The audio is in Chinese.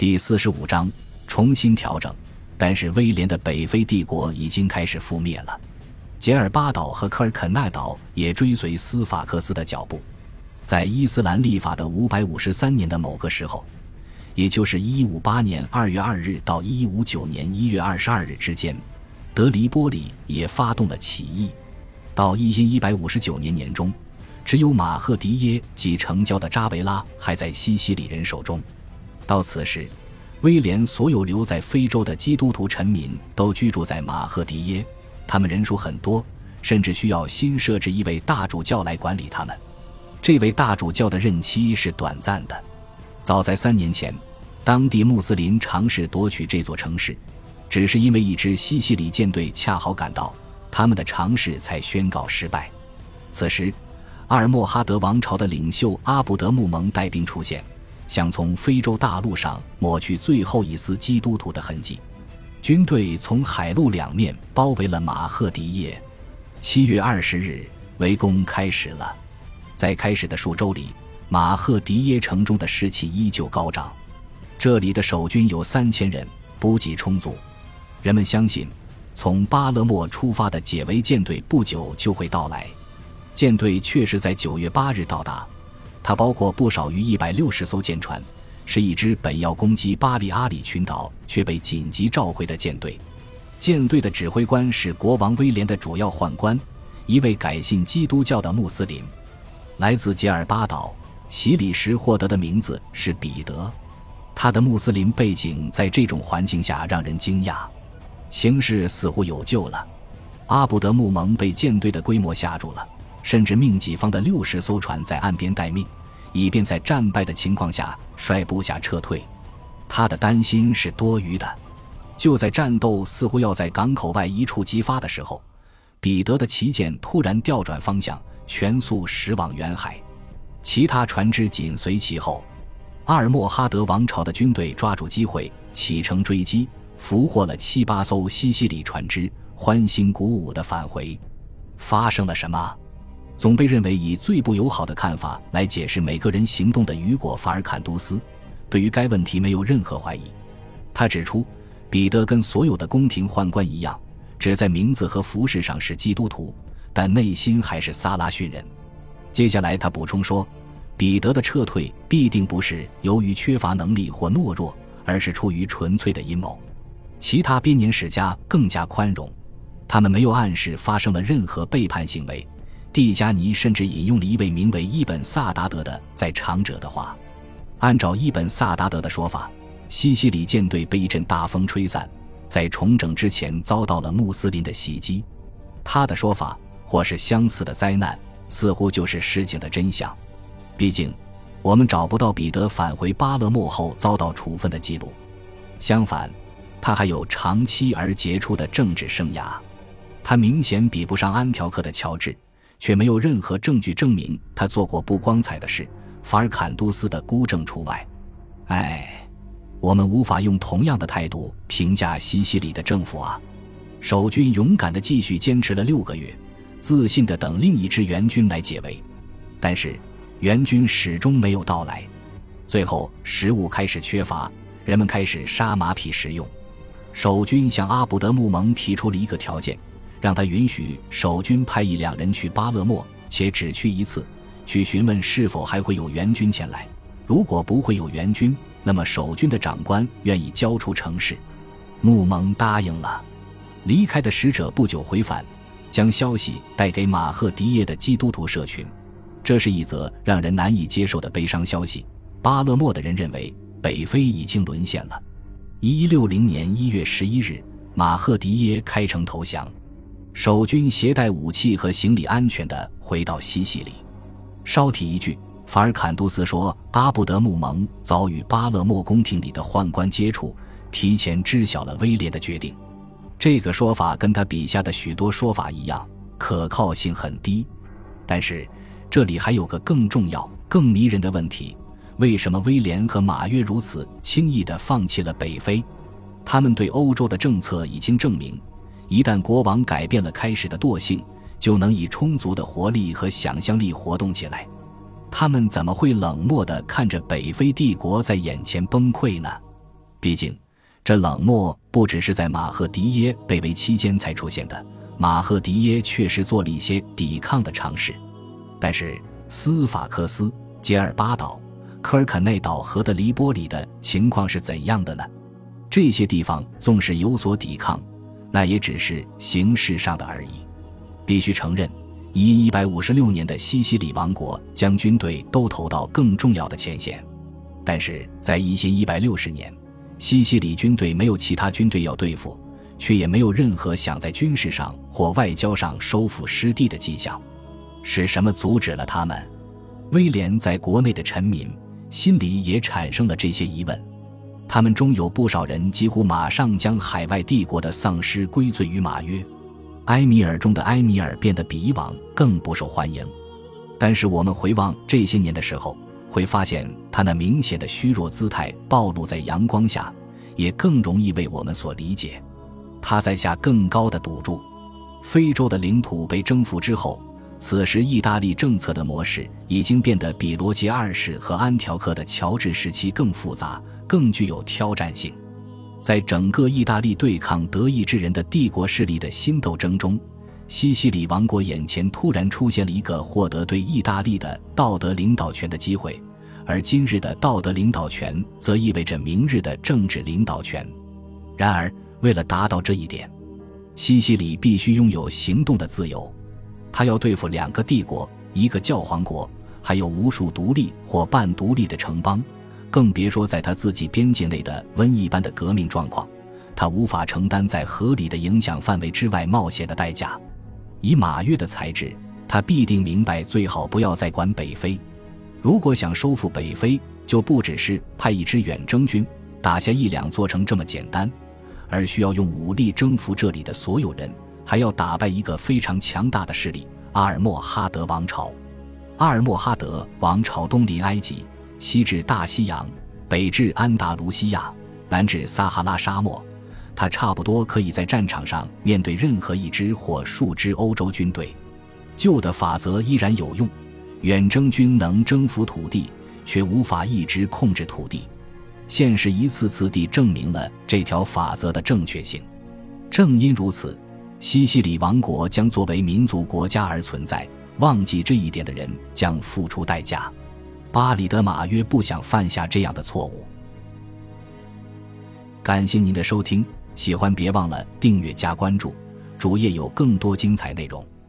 第45章重新调整。但是威廉的北非帝国已经开始覆灭了。杰尔巴岛和科尔肯纳岛也追随斯法克斯的脚步。在伊斯兰历法的553年的某个时候，也就是1158年2月2日到1159年1月22日之间，德黎波里也发动了起义。到1159年年中，只有马赫迪耶及城郊的扎维拉还在西西里人手中。到此时，威廉所有留在非洲的基督徒臣民都居住在马赫迪耶，他们人数很多，甚至需要新设置一位大主教来管理他们。这位大主教的任期是短暂的。早在3年前，当地穆斯林尝试夺取这座城市，只是因为一支西西里舰队恰好赶到，他们的尝试才宣告失败。此时，阿尔莫哈德王朝的领袖阿卜德穆蒙带兵出现，想从非洲大陆上抹去最后一丝基督徒的痕迹。军队从海陆两面包围了马赫迪耶。7月20日，围攻开始了。在开始的数周里，马赫迪耶城中的士气依旧高涨。这里的守军有3000人，补给充足。人们相信，从巴勒莫出发的解围舰队不久就会到来。舰队确实在9月8日到达，它包括不少于160艘舰船，是一支本要攻击巴利阿里群岛却被紧急召回的舰队。舰队的指挥官是国王威廉的主要宦官，一位改信基督教的穆斯林，来自杰尔巴岛，洗礼时获得的名字是彼得。他的穆斯林背景在这种环境下让人惊讶。形势似乎有救了，阿卜德穆蒙被舰队的规模吓住了，甚至命己方的60艘船在岸边待命，以便在战败的情况下率部下撤退。他的担心是多余的。就在战斗似乎要在港口外一触即发的时候，彼得的旗舰突然调转方向，全速驶往远海，其他船只紧随其后。阿尔莫哈德王朝的军队抓住机会启程追击，俘获了7、8艘西西里船只，欢欣鼓舞地返回。发生了什么？总被认为以最不友好的看法来解释每个人行动的雨果·法尔坎杜斯对于该问题没有任何怀疑。他指出，彼得跟所有的宫廷宦官一样，只在名字和服饰上是基督徒，但内心还是撒拉逊人。接下来他补充说，彼得的撤退必定不是由于缺乏能力或懦弱，而是出于纯粹的阴谋。其他编年史家更加宽容，他们没有暗示发生了任何背叛行为。蒂加尼甚至引用了一位名为伊本萨达德的在场者的话。按照伊本萨达德的说法，西西里舰队被一阵大风吹散，在重整之前遭到了穆斯林的袭击。他的说法或是相似的灾难，似乎就是事情的真相。毕竟我们找不到彼得返回巴勒莫后遭到处分的记录，相反，他还有长期而杰出的政治生涯。他明显比不上安条克的乔治，却没有任何证据证明他做过不光彩的事，法尔坎杜斯的孤证除外。我们无法用同样的态度评价西西里的政府啊。守军勇敢地继续坚持了6个月，自信地等另一支援军来解围，但是援军始终没有到来。最后食物开始缺乏，人们开始杀马匹食用。守军向阿卜德穆蒙提出了一个条件，让他允许守军派1、2人去巴勒莫，且只去一次，去询问是否还会有援军前来。如果不会有援军，那么守军的长官愿意交出城市。穆蒙答应了。离开的使者不久回返，将消息带给马赫迪耶的基督徒社群。这是一则让人难以接受的悲伤消息。巴勒莫的人认为北非已经沦陷了。1160年1月11日，马赫迪耶开城投降。守军携带武器和行李安全地回到西西里。稍提一句，法尔坎杜斯说，阿卜德穆蒙早与巴勒莫宫廷里的宦官接触，提前知晓了威廉的决定。这个说法跟他笔下的许多说法一样，可靠性很低。但是这里还有个更重要、更迷人的问题，为什么威廉和马约如此轻易地放弃了北非？他们对欧洲的政策已经证明，一旦国王改变了开始的惰性，就能以充足的活力和想象力活动起来。他们怎么会冷漠地看着北非帝国在眼前崩溃呢？ 毕竟这冷漠不只是在马赫迪耶被围期间才出现的，马赫迪耶确实做了一些抵抗的尝试。但是斯法克斯、杰尔巴岛、科尔肯内岛和德黎波里的情况是怎样的呢？这些地方纵使有所抵抗，那也只是形式上的而已。必须承认，1156年的西西里王国将军队都投到更重要的前线，但是在1160年，西西里军队没有其他军队要对付，却也没有任何想在军事上或外交上收复失地的迹象。是什么阻止了他们？威廉在国内的臣民心里也产生了这些疑问，他们中有不少人几乎马上将海外帝国的丧失归罪于马约。埃米尔中的埃米尔变得比以往更不受欢迎，但是我们回望这些年的时候，会发现他那明显的虚弱姿态暴露在阳光下，也更容易为我们所理解。他在下更高的赌注。非洲的领土被征服之后，此时意大利政策的模式已经变得比罗杰二世和安条克的乔治时期更复杂，更具有挑战性。在整个意大利对抗德意志人的帝国势力的新斗争中，西西里王国眼前突然出现了一个获得对意大利的道德领导权的机会，而今日的道德领导权则意味着明日的政治领导权。然而，为了达到这一点，西西里必须拥有行动的自由。他要对付2个帝国，一个教皇国，还有无数独立或半独立的城邦，更别说在他自己边界内的瘟疫般的革命状况，他无法承担在合理的影响范围之外冒险的代价。以马约的才智，他必定明白最好不要再管北非。如果想收复北非，就不只是派一支远征军打下1两座城这么简单，而需要用武力征服这里的所有人，还要打败一个非常强大的势力——阿尔默哈德王朝。阿尔默哈德王朝东临埃及，西至大西洋，北至安达卢西亚，南至撒哈拉沙漠，他差不多可以在战场上面对任何一支或数支欧洲军队。旧的法则依然有用，远征军能征服土地，却无法一直控制土地。现实一次次地证明了这条法则的正确性。正因如此，西西里王国将作为民族国家而存在，忘记这一点的人将付出代价。巴里德马约不想犯下这样的错误。感谢您的收听，喜欢别忘了订阅加关注，主页有更多精彩内容。